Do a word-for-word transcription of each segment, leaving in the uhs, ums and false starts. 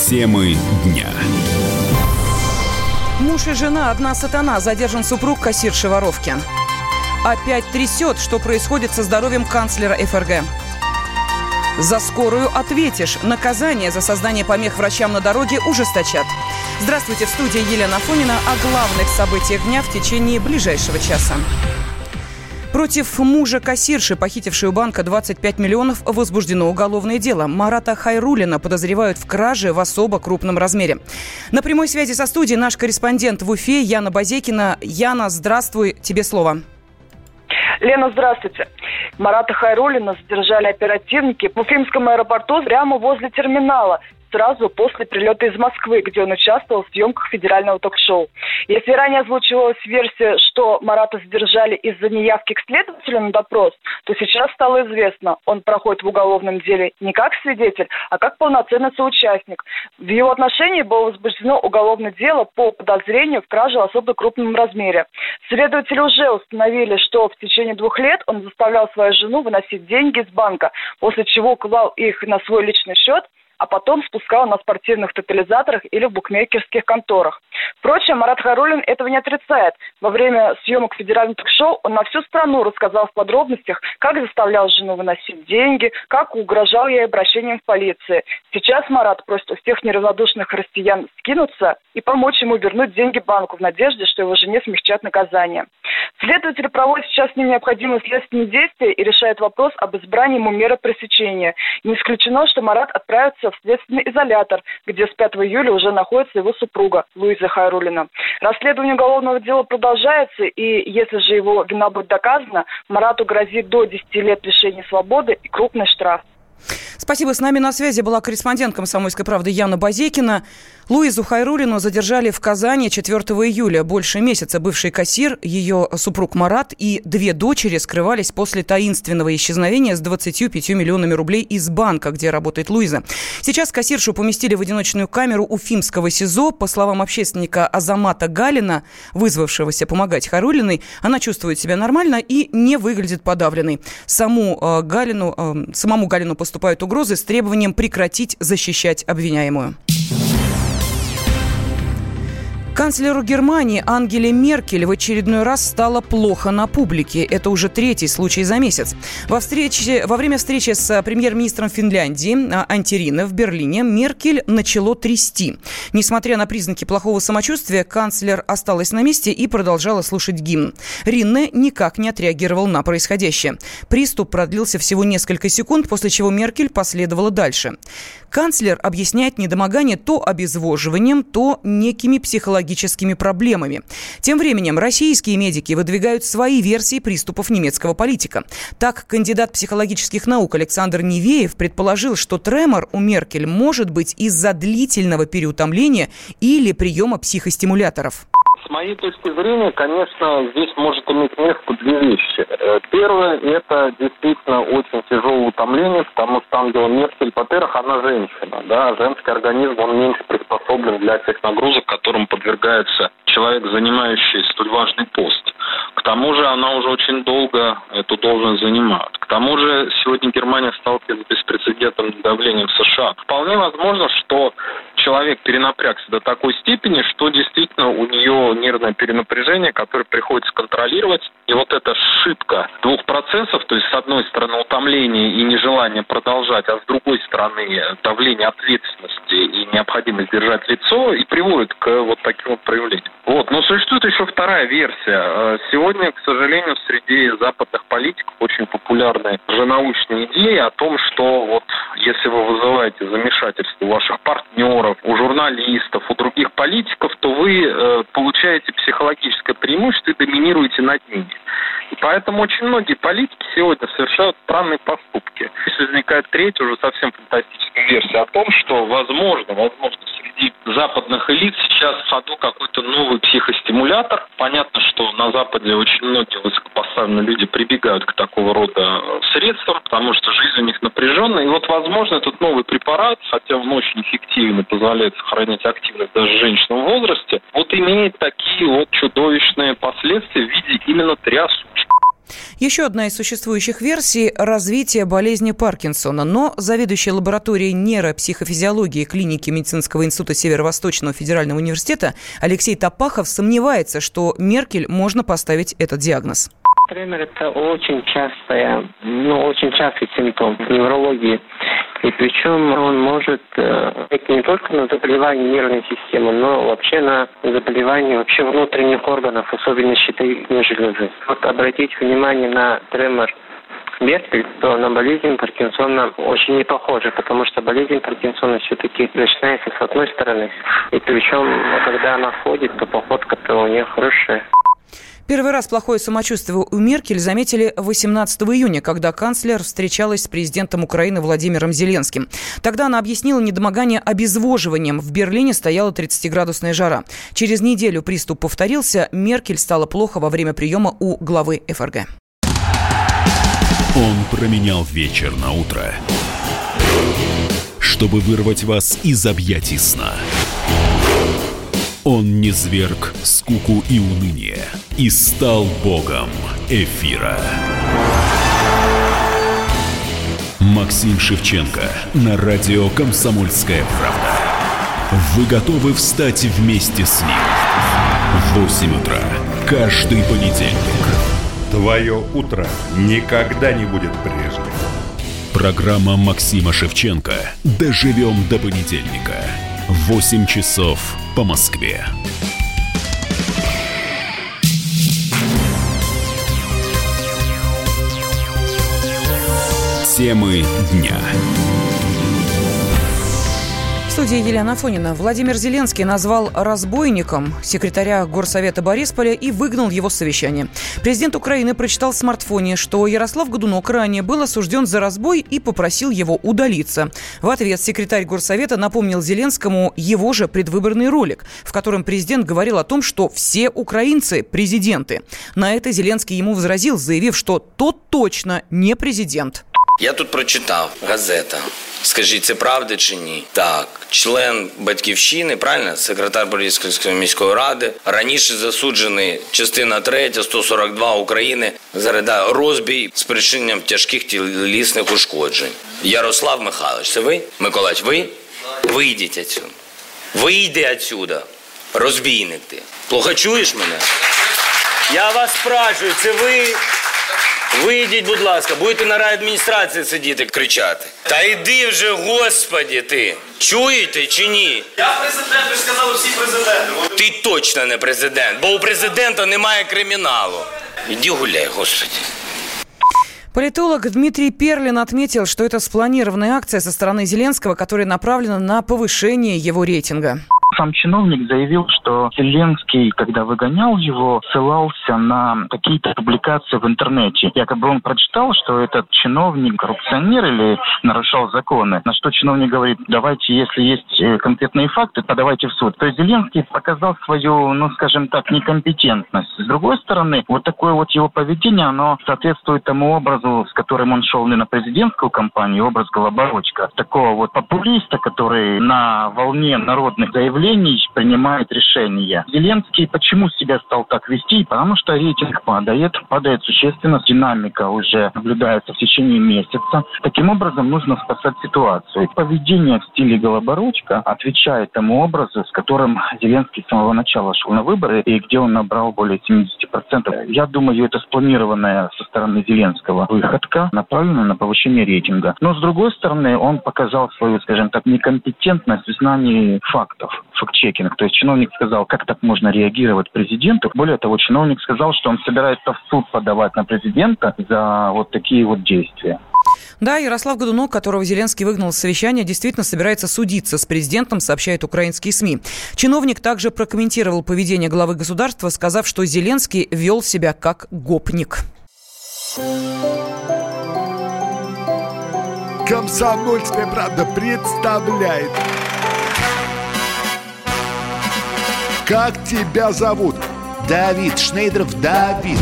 Темы дня. Муж и жена – одна сатана. Задержан супруг кассирши воровки. Опять трясет, что происходит со здоровьем канцлера эф эр гэ. За скорую ответишь. Наказание за создание помех врачам на дороге ужесточат. Здравствуйте, в студии Елена Афонина. О главных событиях дня в течение ближайшего часа. Против мужа кассирши, похитившей у банка двадцать пять миллионов, возбуждено уголовное дело. Марата Хайруллина подозревают в краже в особо крупном размере. На прямой связи со студией наш корреспондент в Уфе Яна Базекина. Яна, здравствуй, тебе слово. Лена, здравствуйте. Марата Хайруллина задержали оперативники в Уфимском аэропорту прямо возле терминала, сразу после прилета из Москвы, где он участвовал в съемках федерального ток-шоу. Если ранее озвучивалась версия, что Марата задержали из-за неявки к следователю на допрос, то сейчас стало известно, он проходит в уголовном деле не как свидетель, а как полноценный соучастник. В его отношении было возбуждено уголовное дело по подозрению в краже в особо крупном размере. Следователи уже установили, что в течение двух лет он заставлял свою жену выносить деньги из банка, после чего клал их на свой личный счет, а потом спускал на спортивных тотализаторах или в букмекерских конторах. Впрочем, Марат Хайруллин этого не отрицает. Во время съемок федерального ток-шоу он на всю страну рассказал в подробностях, как заставлял жену выносить деньги, как угрожал ей обращением в полицию. Сейчас Марат просит у всех неравнодушных россиян скинуться и помочь ему вернуть деньги банку в надежде, что его жене смягчат наказание. Следователи проводят сейчас с ним необходимые следственные действия и решают вопрос об избрании ему меры пресечения. Не исключено, что Марат отправится в следственный изолятор, где с пятого июля уже находится его супруга Луиза Хайруллина. Расследование уголовного дела продолжается, и если же его вина будет доказана, Марату грозит до десяти лет лишения свободы и крупный штраф. Спасибо. С нами на связи была корреспондент «Комсомольской правды» Яна Базекина. Луизу Хайруллину задержали в Казани четвертого июля. Больше месяца бывший кассир, ее супруг Марат и две дочери скрывались после таинственного исчезновения с двадцатью пятью миллионами рублей из банка, где работает Луиза. Сейчас кассиршу поместили в одиночную камеру Уфимского СИЗО. По словам общественника Азамата Галина, вызвавшегося помогать Хайруллиной, она чувствует себя нормально и не выглядит подавленной. Саму э, Галину, э, самому Галину поступают угрозы с требованием прекратить защищать обвиняемую. Канцлеру Германии Ангеле Меркель в очередной раз стало плохо на публике. Это уже третий случай за месяц. Во, встрече, во время встречи с премьер-министром Финляндии Анти Ринне в Берлине Меркель начало трясти. Несмотря на признаки плохого самочувствия, канцлер осталась на месте и продолжала слушать гимн. Ринне никак не отреагировал на происходящее. Приступ продлился всего несколько секунд, после чего Меркель последовала дальше. Канцлер объясняет недомогание то обезвоживанием, то некими психологическими проблемами. Тем временем российские медики выдвигают свои версии приступов немецкого политика. Так, кандидат психологических наук Александр Невеев предположил, что тремор у Меркель может быть из-за длительного переутомления или приема психостимуляторов. С моей точки зрения, конечно, здесь может иметь место две вещи. Первое, это действительно очень тяжелое утомление, потому что Ангела Меркель, во-первых, она женщина, да, женский организм, он меньше приспособлен для тех нагрузок, которым подвергается человек, занимающий столь важный пост. К тому же она уже очень долго эту должность занимает. К тому же сегодня Германия сталкивается с беспрецедентным давлением США. Вполне возможно, что человек перенапрягся до такой степени, что действительно у нее нервное перенапряжение, которое приходится контролировать. И вот эта ошибка двух процессов, то есть с одной стороны утомление и нежелание продолжать, а с другой стороны давление ответственности и необходимость держать лицо, и приводит к вот таким вот проявлениям. Вот. Но существует еще вторая версия. Сегодня, к сожалению, среди западных политиков очень популярны лженаучные идеи о том, что вот если вы вызываете замешательство у ваших партнеров, у журналистов, у других политиков, то вы э, получаете психологическое преимущество и доминируете над ними. И поэтому очень многие политики сегодня совершают странные поступки. Здесь возникает третья, уже совсем фантастическая версия о том, что возможно, возможно, среди западных элит сейчас в ходу какой-то новый психостимулятор. Понятно, что на Западе очень многие высокопоставленные люди прибегают к такого рода средствам, потому что жизнь у них напряженная. И вот, возможно, этот новый препарат, хотя он очень эффективен и позволяет сохранять активность даже женщинам в возрасте, вот имеет такие вот чудовищные последствия в виде именно трясучки. Еще одна из существующих версий – развитие болезни Паркинсона. Но заведующий лабораторией нейропсихофизиологии клиники Медицинского института Северо-Восточного федерального университета Алексей Топахов сомневается, что Меркель можно поставить этот диагноз. Тремор – это очень частая, ну, очень частый симптом в неврологии. И причем он может быть не только на заболевание нервной системы, но вообще на заболевание вообще внутренних органов, особенно щитовидной железы. Вот обратите внимание на тремор Меркель, то на болезнь Паркинсона очень не похоже, потому что болезнь Паркинсона все-таки начинается с одной стороны. И причем, когда она ходит, то походка-то у нее хорошая. Первый раз плохое самочувствие у Меркель заметили восемнадцатого июня, когда канцлер встречалась с президентом Украины Владимиром Зеленским. Тогда она объяснила недомогание обезвоживанием. В Берлине стояла тридцатиградусная жара. Через неделю приступ повторился. Меркель стало плохо во время приема у главы эф эр гэ. Он променял вечер на утро, чтобы вырвать вас из объятий сна. Он низвергг скуку и уныние и стал богом эфира. Максим Шевченко на радио «Комсомольская правда». Вы готовы встать вместе с ним? В восемь утра каждый понедельник. Твое утро никогда не будет прежним. Программа Максима Шевченко «Доживем до понедельника». восемь часов по Москве. Темы дня. В студии Елена Афонина. Владимир Зеленский назвал разбойником секретаря Горсовета Борисполя и выгнал его с совещания. Президент Украины прочитал в смартфоне, что Ярослав Годунок ранее был осужден за разбой и попросил его удалиться. В ответ секретарь Горсовета напомнил Зеленскому его же предвыборный ролик, в котором президент говорил о том, что все украинцы – президенты. На это Зеленский ему возразил, заявив, что тот точно не президент. Я тут прочитав, газета. Скажіть, це правда чи ні? Так, член Батьківщини, правильно? Секретар Бориспільської міської ради, раніше засуджений, частина третя, сто сорок два України, за розбій з спричиненням тяжких тілесних ушкоджень. Ярослав Михайлович, це ви? Миколаївич, ви? Вийдіть отсюда. Вийди отсюда. Розбійник ти. Плохо чуєш мене? Я вас спрашиваю, це ви... Вийдіть, будь ласка, будете на райадміністрації сидіти, кричати. Та йди вже, господі, ти. Чуєте чи ні? Я президент, ви ж сказали всі президенти. Ти точно не президент, бо у президента немає криміналу. Іди гуляй, господи. Политолог Дмитрий Перлин отметил, что это спланированная акция со стороны Зеленского, которая направлена на повышение его рейтинга. Сам чиновник заявил, что Зеленский, когда выгонял его, ссылался на какие-то публикации в интернете. Якобы он прочитал, что этот чиновник коррупционер или нарушал законы. На что чиновник говорит, давайте, если есть конкретные факты, подавайте в суд. То есть Зеленский показал свою, ну скажем так, некомпетентность. С другой стороны, вот такое вот его поведение, оно соответствует тому образу, с которым он шел не на президентскую кампанию, образ Голобородько. Такого вот популиста, который на волне народных заявлений принимает решения. Зеленский почему себя стал так вести? Потому что рейтинг падает, падает существенно, динамика уже наблюдается в течение месяца. Таким образом, нужно спасать ситуацию. Поведение в стиле Голобородько отвечает тому образу, с которым Зеленский с самого начала шел на выборы и где он набрал более семьдесят процентов. Я думаю, это спланированная со стороны Зеленского выходка, направленная на повышение рейтинга. Но, с другой стороны, он показал свою, скажем так, некомпетентность в знании фактов. Факт-чекинг. То есть чиновник сказал, как так можно реагировать президенту. Более того, чиновник сказал, что он собирается в суд подавать на президента за вот такие вот действия. Да, Ярослав Годунок, которого Зеленский выгнал с совещания, действительно собирается судиться с президентом, сообщают украинские СМИ. Чиновник также прокомментировал поведение главы государства, сказав, что Зеленский вел себя как гопник. Комсомольская правда представляет. Как тебя зовут? Давид Шнейдров Давид.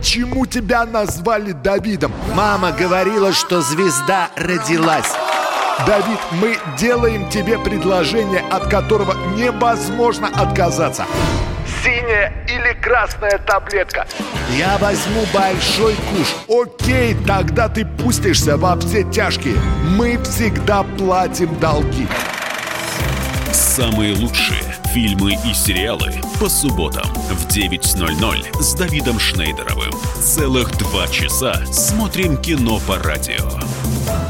Почему тебя назвали Давидом? Мама говорила, что звезда родилась. Давид, мы делаем тебе предложение, от которого невозможно отказаться. Синяя или красная таблетка? Я возьму большой куш. Окей, тогда ты пустишься во все тяжкие. Мы всегда платим долги. Самые лучшие фильмы и сериалы по субботам в девять ноль ноль с Давидом Шнейдеровым. Целых два часа смотрим кино по радио.